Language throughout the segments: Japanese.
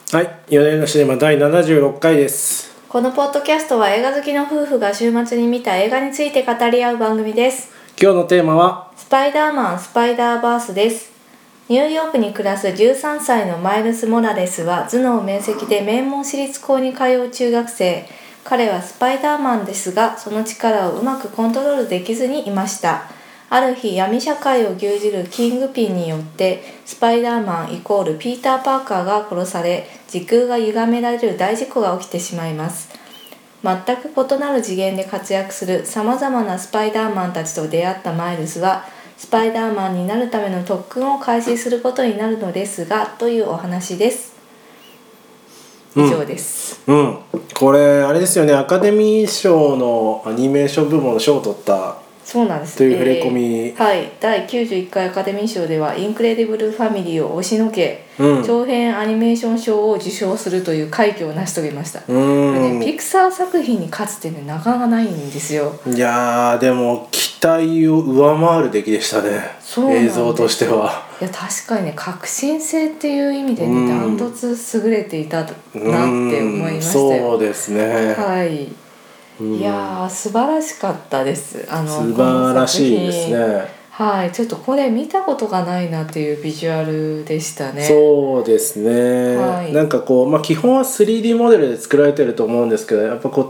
はい、4年のシネマ第76回です。 このポッドキャストは映画好きの夫婦が週末に見た映画について語り合う番組です。 今日のテーマはスパイダーマンスパイダーバースです。ニューヨークに暮らす13歳のマイルス・モラレスは頭脳明晰で名門私立校に通う中学生。彼はスパイダーマンですが、その力をうまくコントロールできずにいました。ある日、闇社会を牛耳るキングピンによってスパイダーマンイコールピーター・パーカーが殺され、時空が歪められる大事故が起きてしまいます。全く異なる次元で活躍するさまざまなスパイダーマンたちと出会ったマイルスは、スパイダーマンになるための特訓を開始することになるのですが、というお話です。以上です。 これあれですよね、アカデミー賞のアニメーション部門の賞を取ったそうなんです、 という触れ込み、 はい、第91回アカデミー賞ではインクレディブルファミリーを押しのけ、長編アニメーション賞を受賞するという快挙を成し遂げました。これね、ピクサー作品に勝つってね、なかなかないんですよ。 いやでも期待を上回る出来でしたね。映像としては。 いや確かにね、革新性っていう意味でね、ダントツ優れていたなって思いましたよ。 そうですね。 はい。いや素晴らしかったです。 素晴らしいですね。 はい、ちょっとこれ見たことがないなっていうビジュアルでしたね。 そうですね、はい、なんかこう、基本は 3D モデルで作られてると思うんですけど、やっぱこう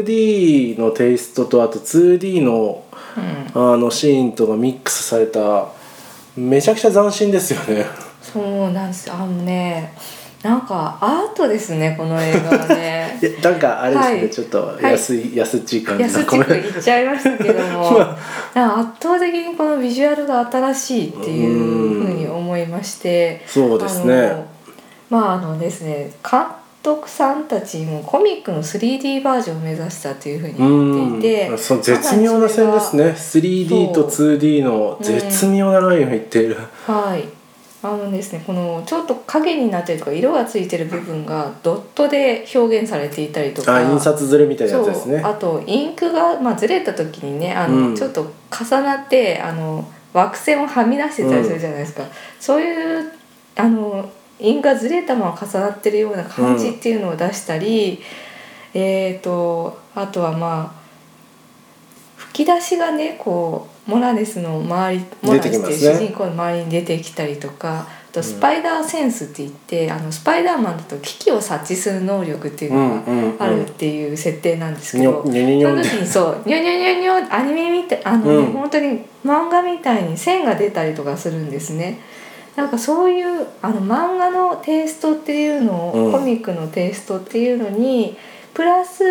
2D のテイストとあと 2D の、シーンとがミックスされためちゃくちゃ斬新ですよね。 そうなんです。なんかアートですね、この映画はね。 いやなんかあれですね、はい、ちょっと安っちい感じの安っちく言っちゃいましたけども圧倒的にこのビジュアルが新しいっていうふうに思いまして、 そうですね。 ですね、監督さんたちもコミックの 3D バージョンを目指したというふうに言っていて、 そう絶妙な線ですね。 3D と 2D の絶妙なラインを言っている。 はいですね、このちょっと影になってるとか色がついてる部分がドットで表現されていたりとか、 印刷ずれみたいなやつですね。 あとインクが、ずれた時にね、ちょっと重なって枠線をはみ出してたりするじゃないですか、そういうインクがずれたまま重なってるような感じっていうのを出したり、あとは吹き出しがね、こうモラレスの周り、モラレスっていう主人公の周りに出てきたりとか、あとスパイダーセンスって言って、スパイダーマンだと危機を察知する能力っていうのがあるっていう設定なんですけど、その時にニョニョアニメみたい本当に漫画みたいに線が出たりとかするんですね。なんかそういう漫画のテイストっていうのを、コミックのテイストっていうのにプラス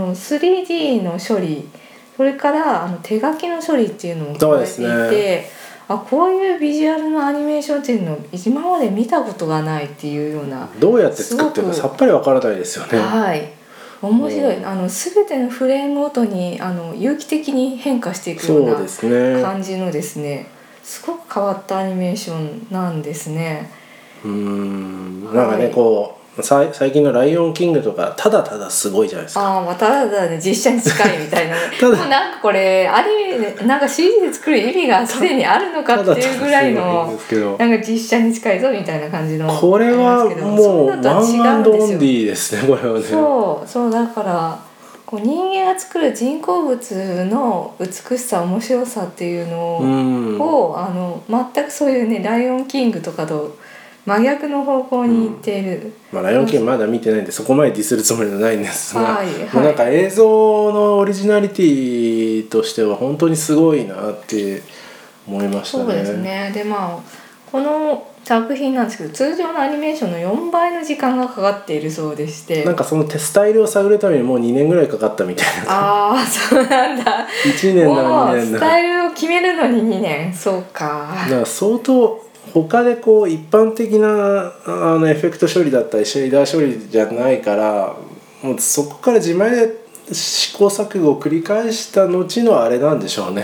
3D の処理、それから手書きの処理っていうのも加えていて、こういうビジュアルのアニメーションっていうのを今まで見たことがないっていうような、 どうやって作ってるかさっぱりわからないですよね。 はい、面白い。全てのフレームごとに有機的に変化していくような感じのですね、すごく変わったアニメーションなんですね。 なんかね、こう最近のライオンキングとかただただすごいじゃないですか。 ただただね、実写に近いみたいなねもうなんかこれアニメでなんか CG で作る意味がすでにあるのかっていうぐらいのなんか実写に近いぞみたいな感じの、 これはもうワンアンドオンリーですね、これはね。 そうだからこう人間が作る人工物の美しさ、面白さっていうのを、全くそういうね、ライオンキングとかと真逆の方向に行っている。 ライオンキングまだ見てないんでそこまでディスるつもりはないんですが、もうなんか映像のオリジナリティとしては本当にすごいなって思いましたね。 そうですね。でこの作品なんですけど、通常のアニメーションの4倍の時間がかかっているそうでして、 なんかそのスタイルを探るためにもう2年ぐらいかかったみたいな。 そうなんだ。 1年なら2年だ。スタイルを決めるのに2年。そうか。 だから相当他でこう一般的なエフェクト処理だったりシェーダー処理じゃないから、もうそこから自前で試行錯誤を繰り返した後のあれなんでしょうね。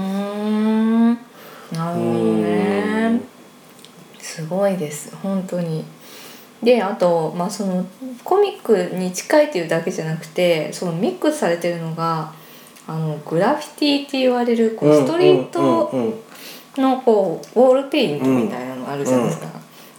なるほどね。すごいです本当に。であと、そのコミックに近いっていうだけじゃなくて、そのミックスされてるのがグラフィティって言われるストリートのウォールペイントみたいなのがあるじゃないですか。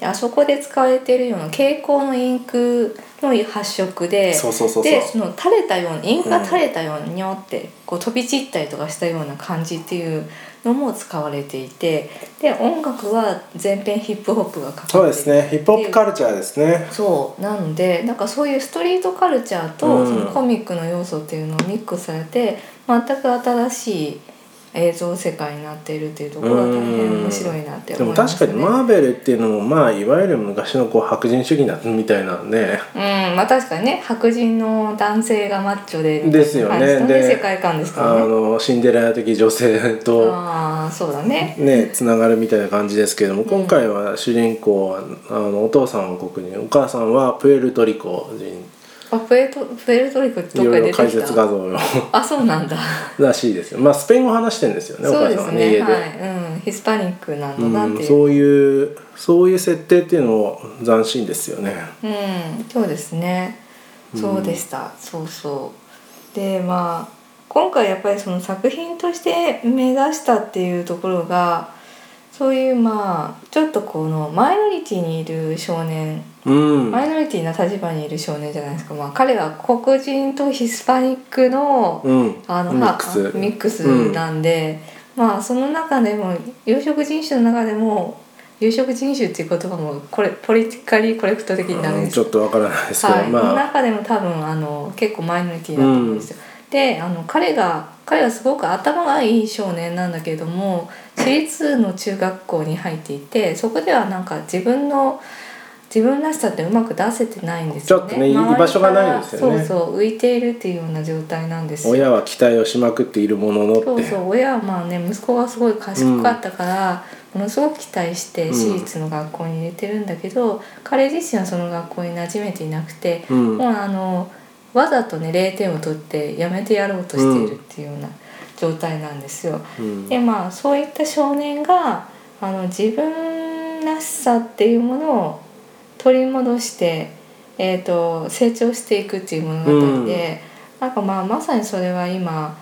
であそこで使われているような蛍光のインクの発色で、でその垂れたようなインクが垂れたようにニョってこう飛び散ったりとかしたような感じっていうのも使われていて、で音楽は全編ヒップホップがかかっている。 そうですね、ヒップホップカルチャーですね。 そうなのでなんかそういうストリートカルチャーとそのコミックの要素っていうのをミックスされて全く新しい映像世界になっているっていうところは大変面白いなって思いますね。 でも確かにマーベルっていうのもまあいわゆる昔のこう白人主義なみたいなんで、 まあ確かにね白人の男性がマッチョでですよね。 で世界観ですからね。 シンデレラ的女性とそうだねつながるみたいな感じですけども、今回は主人公はお父さんは黒人、お母さんはプエルトリコ人。 プエルトリコってどっかで出てきた。 いろいろ解説画像よそうなんだらしいですよ。まあスペイン語話してるんですよね、お母さんはね、家で、 ヒスパニックなんだなっていう、 そういう設定っていうのも斬新ですよね。 そうですね、そうでした、そうでまあ今回やっぱりその作品として目指したっていうところがそういうまあちょっとこのマイノリティにいる少年、マイノリティな立場にいる少年じゃないですか。彼は黒人とヒスパニックの、ミックスなんで、その中でも有色人種の中でも有色人種っていう言葉もこれポリティカリーコレクト的になるんです、 ちょっとわからないですけど、 その中でも多分結構マイノリティだと思うんですよ。で彼はすごく頭がいい少年なんだけれども私立の中学校に入っていて、そこではなんか自分らしさってうまく出せてないんですよね。 ちょっとね、居場所がないんですよね。 浮いているっていうような状態なんですよ。 親は期待をしまくっているもののって。 親は息子がすごい賢かったから、ものすごく期待して私立の学校に入れてるんだけど、彼自身はその学校に馴染めていなくて、もうわざとね0点を取ってやめてやろうとしているっていうような状態なんですよ。でそういった少年が自分らしさっていうものを取り戻して、成長していくっていう物語で、なんかまさにそれは今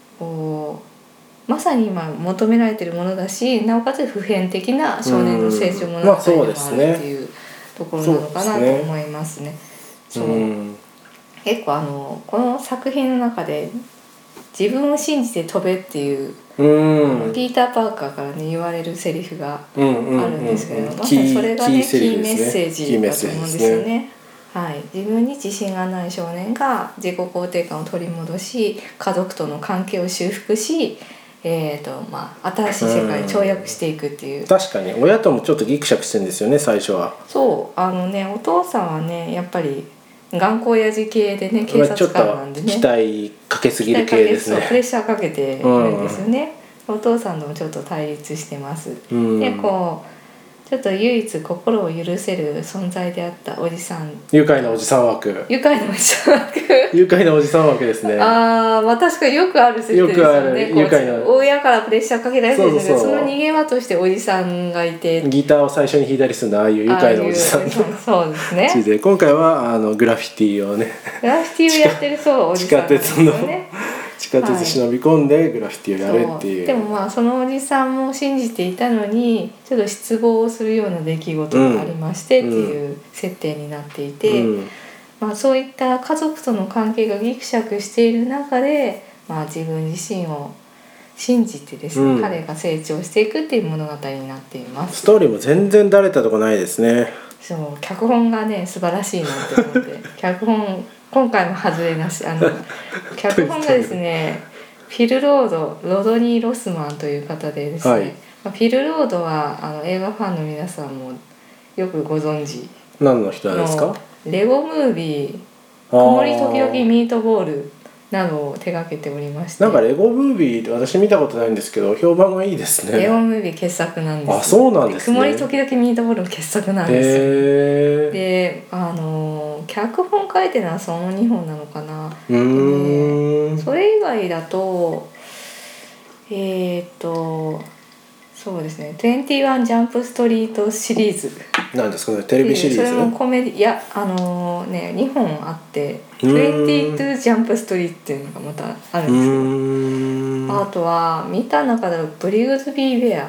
まさに今求められているものだし、なおかつ普遍的な少年の成長物語でもあるっていうところなのかなと思いますね。結構この作品の中で自分を信じて飛べっていう、ピーター・パーカーからね言われるセリフがあるんですけれども、まさにそれがねキーメッセージだと思うんですよね。自分に自信がない少年が自己肯定感を取り戻し、家族との関係を修復し、新しい世界に跳躍していくっていう。 確かに親ともちょっとギクシャクしてるんですよね、最初は。 そうお父さんはねやっぱり頑固親父系でね、警察官なんでね、 ちょっと期待かけすぎる系ですね。 プレッシャーかけてるんですよね。お父さんともちょっと対立してます。でちょっと唯一心を許せる存在であったおじさん、 愉快なおじさん枠愉快なおじさん枠愉快なおじさん枠ですね。 確かによくある設定ですよね。 愉快な親からプレッシャーかけられてるんだけど、その逃げ場としておじさんがいて、 ギターを最初に弾いたりするのはああいう愉快なおじさんのそうですね。 で今回はグラフィティをね、 グラフィティをやってるおじさんなんですよね。 地下鉄忍び込んでグラフィティをやるっていう。 でもそのおじさんも信じていたのにちょっと失望をするような出来事がありましてっていう設定になっていて、そういった家族との関係がギクシャクしている中で、自分自身を信じてですね、彼が成長していくっていう物語になっています。 ストーリーも全然だれたとこないですね。 脚本がね素晴らしいなって思って脚本今回も外れなし脚本がですねロドニー・ロスマンという方でですね、フィル・ロードは映画ファンの皆さんもよくご存知何の人なんですか。 レゴムービー「曇り時々ミートボール」などを手掛けておりまして、 なんかレゴムービー私見たことないんですけど評判がいいですね。 レゴムービー傑作なんです。 そうなんですね。 曇り時々ミートボール傑作なんですよ。で脚本書いてるのはその2本なのかな。それ以外だとそうですね、21ジャンプストリートシリーズなんですかね、テレビシリーズ。 それもコメディ、いや2本あって22ジャンプストリートっていうのがまたあるんですけど、あとは見た中でブリグズビー・ベア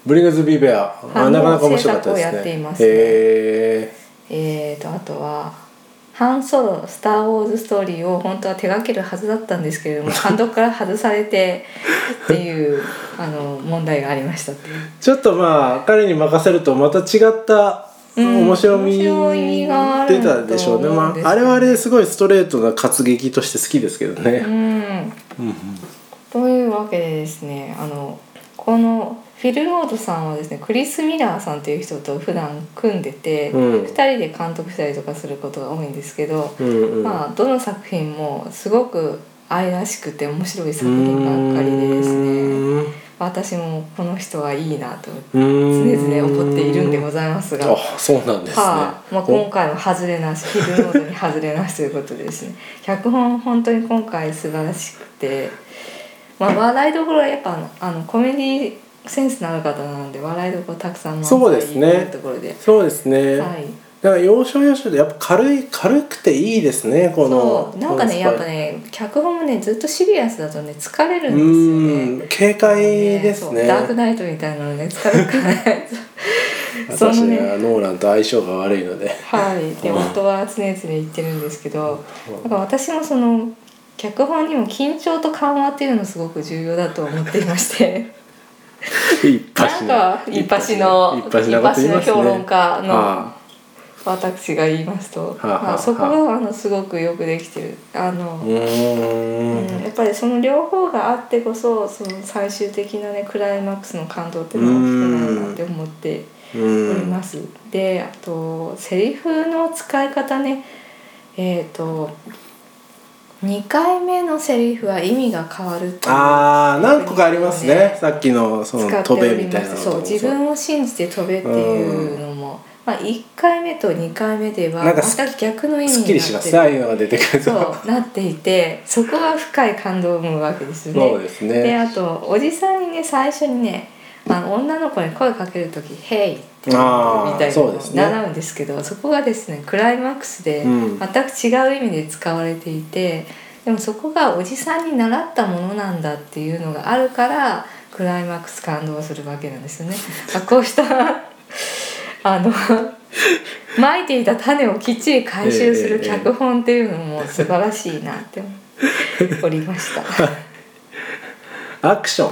ブリングズ・ビーベア、なかなか面白かったですね。 制作をやっていますね。あとはハンソロスター・ウォーズストーリーを本当は手掛けるはずだったんですけれども監督から外されてっていう問題がありましたっていう。 ちょっとまあ彼に任せるとまた違った面白み出たでしょうね。まああれはあれですごいストレートな活劇として好きですけどね。 というわけでですね、このフィル・ロードさんはですねクリス・ミラーさんという人と普段組んでて、2人で監督したりとかすることが多いんですけど、まあどの作品もすごく愛らしくて面白い作品ばっかりでですね、私もこの人はいいなと常々思っているんでございますが、 そうなんですね。 今回は外れなし、フィル・ロードに外れなしということでですね、脚本本当に今回素晴らしくて、笑いどころはやっぱコメディセンスのある方なので笑いどころたくさん満載というところで、 そうですね。だから要所要所でやっぱ軽くていいですね。このそうなんかねやっぱね脚本もねずっとシリアスだとね疲れるんですよね。 軽快ですね。 ダークナイトみたいなのね疲れるからね。 私はノーランと相性が悪いので。 で夫は常々言ってるんですけど、だから私もその脚本にも緊張と緩和っていうのすごく重要だと思っていまして。一発の評論家の私が言いますと、そこがすごくよくできてる。やっぱりその両方があってこそその最終的なねクライマックスの感動っていうのが大きくなるなって思っております。であとセリフの使い方ね、2回目のセリフは意味が変わるっていう何個かありますね。さっきのその飛べみたいなのそう自分を信じて飛べっていうのも、1回目と2回目ではまた逆の意味になってる、すっきりしますね、ああいうのが出てくるとそうなっていて、そこが深い感動を生むわけですよね。 そうですね。 であとおじさんにね最初にね女の子に声かける時「ヘイ」みたいなのを習うんですけど、そこがですねクライマックスで全く違う意味で使われていて、でもそこがおじさんに習ったものなんだっていうのがあるからクライマックス感動するわけなんですよね。こうしたまいていた種をきっちり回収する脚本っていうのも素晴らしいなっておりました。 アクショ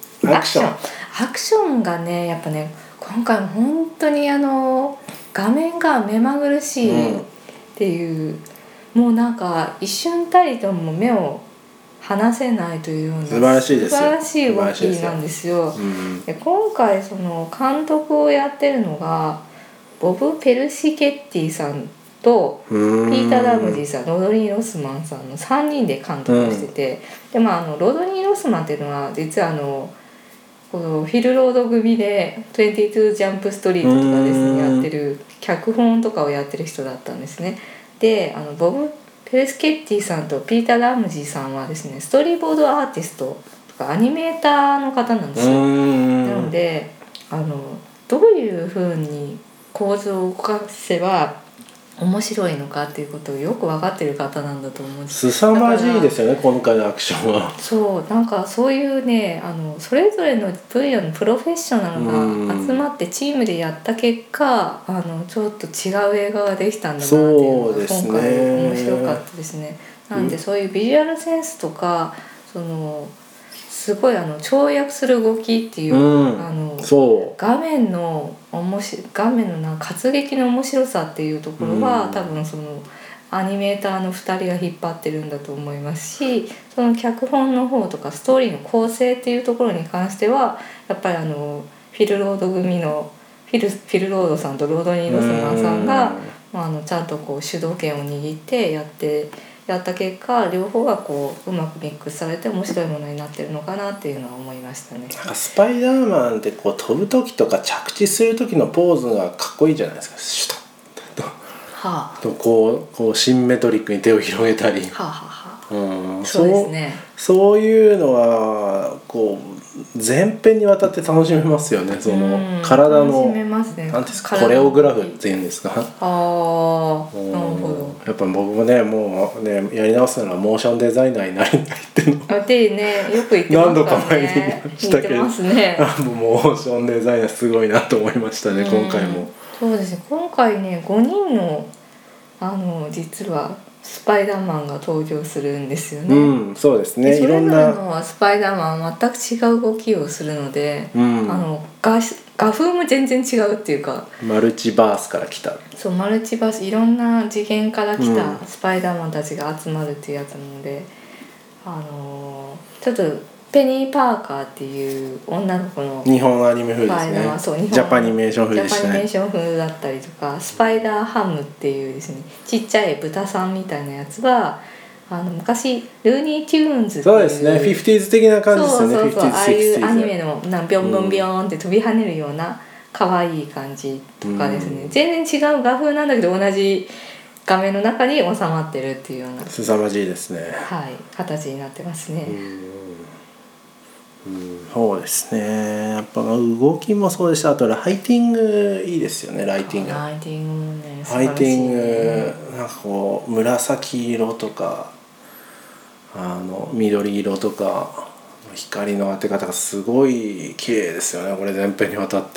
ンがねやっぱね今回も本当に画面が目まぐるしいっていう、もうなんか一瞬たりとも目を離せないというような素晴らしい動きなんですよ。で今回その監督をやってるのがボブ・ペルシケッティさんとピーター・ラムジーさん、ロドニー・ロスマンさんの3人で監督をしてて、でロドニー・ロスマンっていうのは実はこのフィル・ロード組で22ジャンプストリートとかですねやってる脚本とかをやってる人だったんですね。でボブ・ペルスケッティさんとピーター・ラムジーさんはですねストーリーボードアーティストとかアニメーターの方なんですよ。なのでどういうふうに構図を動かせば面白いのかっていうことをよく分かっている方なんだと思うんです。 凄まじいですよね今回のアクションは。 そうなんかそういうねそれぞれの分野のプロフェッショナルが集まってチームでやった結果ちょっと違う映画ができたんだなっていうのが今回面白かったですね。なんでそういうビジュアルセンスとかすごい跳躍する動きっていう、画面の活劇の面白さっていうところは、多分そのアニメーターの2人が引っ張ってるんだと思いますし、その脚本の方とかストーリーの構成っていうところに関してはやっぱりフィル・ロード組のフィル・ロードさんとロードニー・ロスマンさんが、ちゃんとこう主導権を握ってやった結果両方がうまくミックスされて面白いものになってるのかなっていうのは思いましたね。 スパイダーマンって飛ぶ時とか着地する時のポーズがかっこいいじゃないですか。シュタッとこうシンメトリックに手を広げたり、そうですね。そういうのは全編にわたって楽しめますよね。その体の、なんですか、コレオグラフっていうんですか。 なるほど。 やっぱ僕もねもうねやり直すならモーションデザイナーになりたいっていうのでねよく言ってますからね。 何度か前に言いましたけど、 言ってますね。 モーションデザイナーすごいなと思いましたね、今回も。 そうですね、今回ね5人の実はスパイダーマンが登場するんですよね。 うん、そうですね。 でそれぞれいろんなのスパイダーマンは全く違う動きをするので、画風も全然違うっていうか、 マルチバースから来た。 そうマルチバース、いろんな次元から来たスパイダーマンたちが集まるっていうやつなので、ちょっとペニー・パーカーっていう女の子の日本アニメ風ですね。 そうジャパニメーション風でしたね。 ジャパニメーション風だったりとか、スパイダーハムっていうですねちっちゃい豚さんみたいなやつは昔ルーニー・テューンズっていう、 そうですね、50s 的な感じですよね。 そう 50s ああいうアニ 60s メのビョンビョンビョンって飛び跳ねるような可愛い感じとかですね、全然違う画風なんだけど同じ画面の中に収まってるっていうような凄まじいですね。 はい、形になってますね。 そうですね。やっぱ動きもそうでした。あとライティングいいですよね。ライティングもね、 素晴らしいね。 ライティングなんかこう紫色とか緑色とか光の当て方がすごい綺麗ですよね。これ全編にわたって。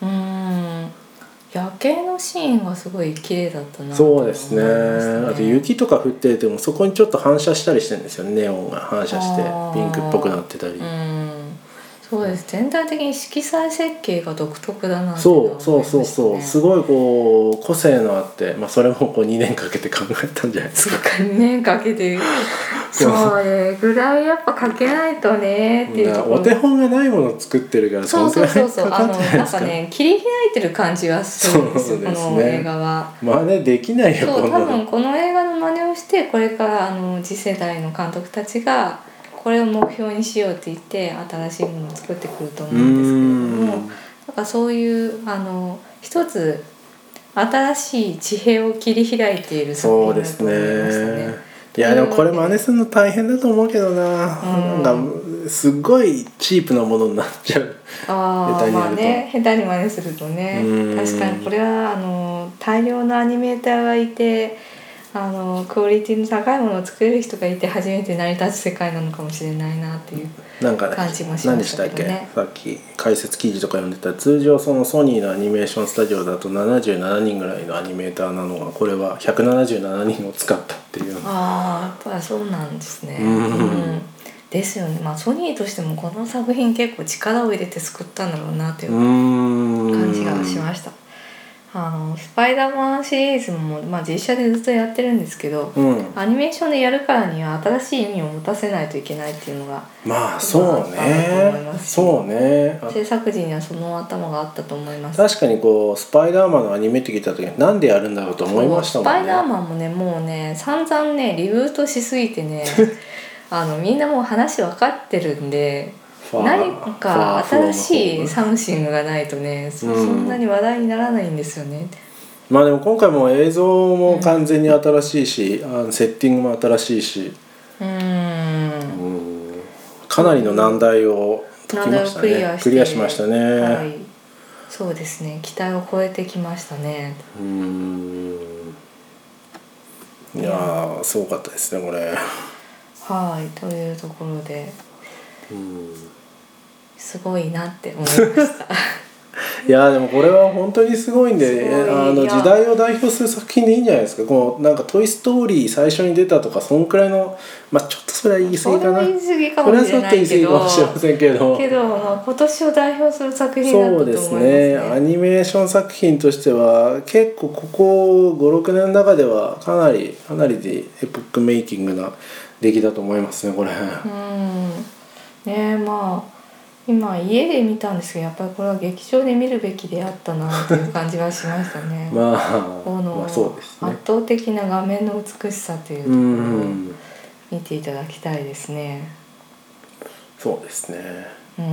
夜景のシーンがすごい綺麗だったな。 そうですね。あと雪とか降っててもそこにちょっと反射したりしてるんですよね。ネオンが反射してピンクっぽくなってたり。 そうです。全体的に色彩設計が独特だなって思いましたね。 そうすごいこう個性のあって、それもこう2年かけて考えたんじゃないですか。 そうか、2年かけてそうねぐらいやっぱかけないとねっていうところ。 お手本がないものを作ってるからそうなんかね切り開いてる感じはするんですよ、この映画は。 真似できないよ。 そう多分この映画の真似をしてこれから次世代の監督たちがこれを目標にしようって言って新しいものを作ってくると思うんですけれども、なんかそういう一つ新しい地平を切り開いている作品だと思いましたね。 いやでもこれ真似するの大変だと思うけどな。なんかすごいチープなものになっちゃう。 下手に真似するとね。確かにこれは大量のアニメーターがいてクオリティの高いものを作れる人がいて初めて成り立つ世界なのかもしれないなっていう感じもしましたけどね。 さっき解説記事とか読んでたら通常そのソニーのアニメーションスタジオだと77人ぐらいのアニメーターなのがこれは177人を使ったっていう。 やっぱりそうなんですね。ですよね。ソニーとしてもこの作品結構力を入れて作ったんだろうなという感じがしました。スパイダーマンシリーズも、実写でずっとやってるんですけど、アニメーションでやるからには新しい意味を持たせないといけないっていうのがそうね。 制作陣にはその頭があったと思います。 確かにこうスパイダーマンのアニメって聞いた時になんでやるんだろうと思いましたもんね。 スパイダーマンもねもうね散々ねリブートしすぎてねみんなもう話分かってるんで何か新しいサムシングがないとねそんなに話題にならないんですよね。 でも今回も映像も完全に新しいし、セッティングも新しいしかなりの難題を解きましたね。クリアしましたね。 はい、そうですね。期待を超えてきましたね。 いやすごかったですねこれ。 はいというところですごいなって思いましたいやでもこれは本当にすごいんで時代を代表する作品でいいんじゃないですか。こうなんか「トイ・ストーリー」最初に出たとかそんくらいのちょっとそれは言い過ぎかな。 それは言い過ぎかもしれないけどこれはちょっと言い過ぎかもしれませんけど今年を代表する作品だったと思いますね。 そうですね。アニメーション作品としては結構ここ 5,6 年の中ではかなりでエポックメイキングな出来だと思いますねこれ。 今家で見たんですけどやっぱりこれは劇場で見るべきであったなという感じはしましたね。 そうですね。 圧倒的な画面の美しさというところを見ていただきたいですね。 そうですね。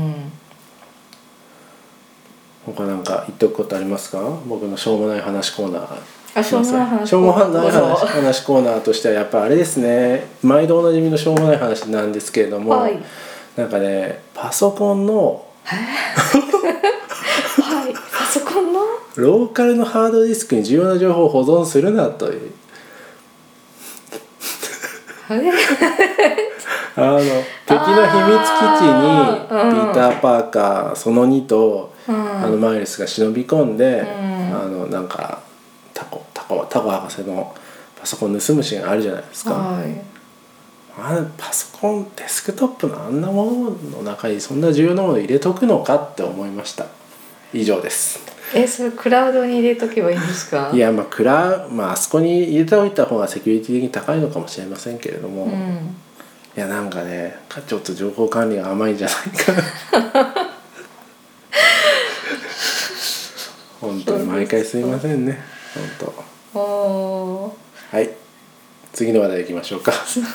他なんか言っとくことありますか？僕のしょうもない話コーナー。しょうもない話コーナーとしてはやっぱあれですね。毎度おなじみのしょうもない話なんですけれども、なんかねパソコンのパソコンのローカルのハードディスクに重要な情報を保存するなという。 敵の秘密基地にピーター・パーカーその2と、マイルスが忍び込んで、なんかタコ博士のパソコン盗むシーンがあるじゃないですか、はい、パソコンデスクトップのあんなものの中にそんな重要なものを入れとくのかって思いました。以上です。 それクラウドに入れとけばいいんですか？ いやあそこに入れておいた方がセキュリティ的に高いのかもしれませんけれども、いやなんかねちょっと情報管理が甘いんじゃないかな本当に毎回すいませんね本当。はい次の話題いきましょうか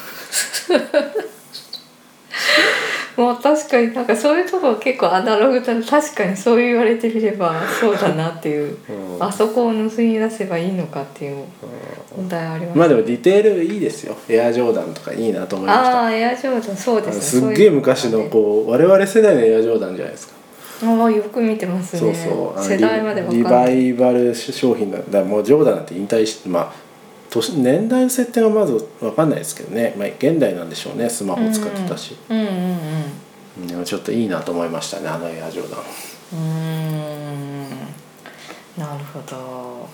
もう確かになんかそういうところ結構アナログだ。確かにそう言われてみればそうだなっていう、あそこを盗み出せばいいのかっていう問題あります、ね。 でもディテールいいですよ。エアジョーダンとかいいなと思いました。 エアジョーダンそうですね。すっげえ昔の我々世代のエアジョーダンじゃないですか。 よく見てますね。そう世代まで分かんない。 リバイバル商品なんだ。もうジョーダンなんて引退して年代の設定はまず分かんないですけどね、現代なんでしょうね。スマホ使ってたし、でもちょっといいなと思いましたねエアジョーダン。 なるほど。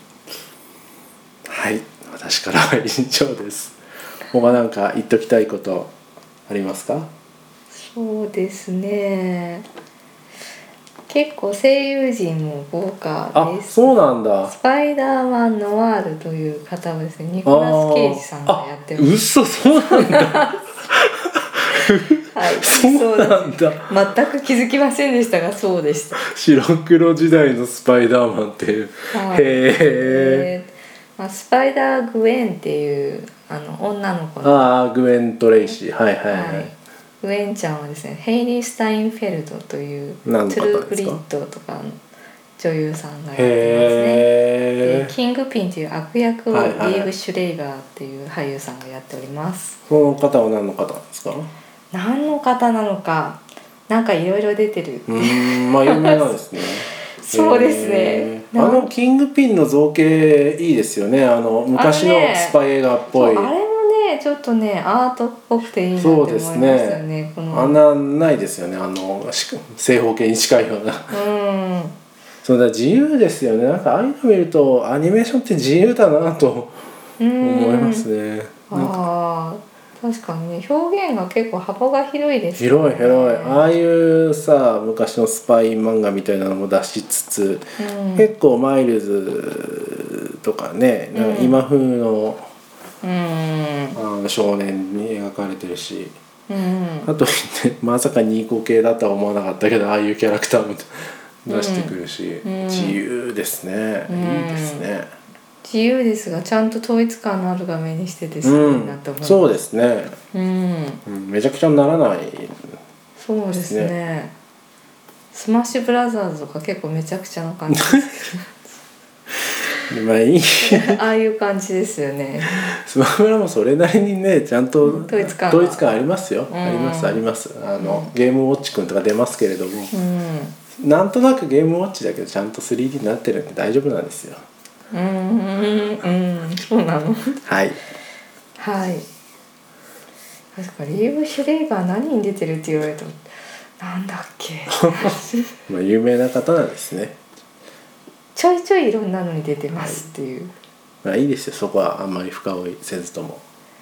はい私からは以上です。他なんか言っときたいことありますか？ そうですね、結構声優陣も豪華です。 そうなんだ。 スパイダーマン・ノワールという方はですね、ニコラス・ケイジさんがやってます。 嘘、そうなんだはい、 そうなんだ。 全く気づきませんでしたがそうでした。 白黒時代のスパイダーマンっていう、へえ。スパイダー・グエンっていう女の子のグエン・トレイシー、はいはいはい、 グエンちゃんはですね、ヘイリー・スタインフェルドというトゥルー・グリッドとかの女優さんがやってますね。キングピンという悪役をリーブ・シュレイガーっていう俳優さんがやっております。 その方は何の方なんですか？ 何の方なのか、なんかいろいろ出てる。 有名なんですねそうですね。 キングピンの造形いいですよね。昔のスパイ映画っぽい。 あれもねちょっとねアートっぽくていいなって思いましたよね。 あんなないですよね。正方形に近いような。そうだ、自由ですよね。なんかああいうの見るとアニメーションって自由だなと思いますね。 確かにね、表現が結構幅が広いですね。 広いああいう昔のスパイ漫画みたいなのも出しつつ、結構マイルズとかね、今風の、少年に描かれてるし、あと、ね、まさかニーコ系だとは思わなかったけど、ああいうキャラクターも出してくるし、自由ですね、いいですね。 自由ですがちゃんと統一感のある画面にしててすごいなと思います。 そうですね、めちゃくちゃにならない、 そうですね。スマッシュブラザーズとか結構めちゃくちゃな感じですけどいいああいう感じですよね。 スマブラもそれなりにねちゃんと統一感ありますよ、ありますゲームウォッチくんとか出ますけれども、なんとなくゲームウォッチだけどちゃんと 3D になってるんで大丈夫なんですよ。 そうなの。はい確かリーブ・シュレイガー何に出てるって言われるとなんだっけ有名な方なんですね。 ちょいちょいいろんなのに出てますっていう、 いいですよ、そこはあんまり深追いせずとも。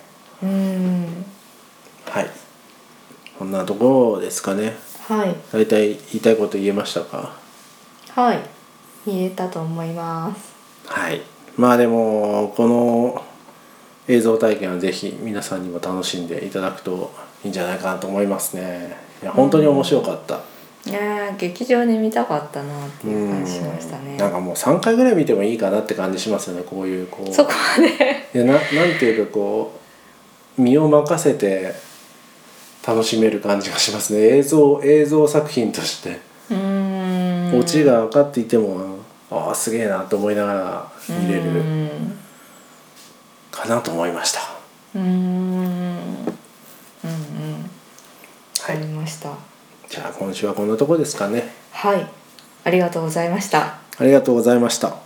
はいこんなところですかね。大体言いたいこと言えましたか？ 言えたと思います。 でもこの映像体験はぜひ皆さんにも楽しんでいただくといいんじゃないかなと思いますね。いや本当に面白かった。 劇場で見たかったなっていう感じしましたね。 なんかもう3回ぐらい見てもいいかなって感じしますよね。こうそこまでなんていうか身を任せて楽しめる感じがしますね。映像作品としてオチが分かっていてもすげえなと思いながら見れるかなと思いました。 わかりました。 じゃあ今週はこんなとこですかね。 ありがとうございました。 ありがとうございました。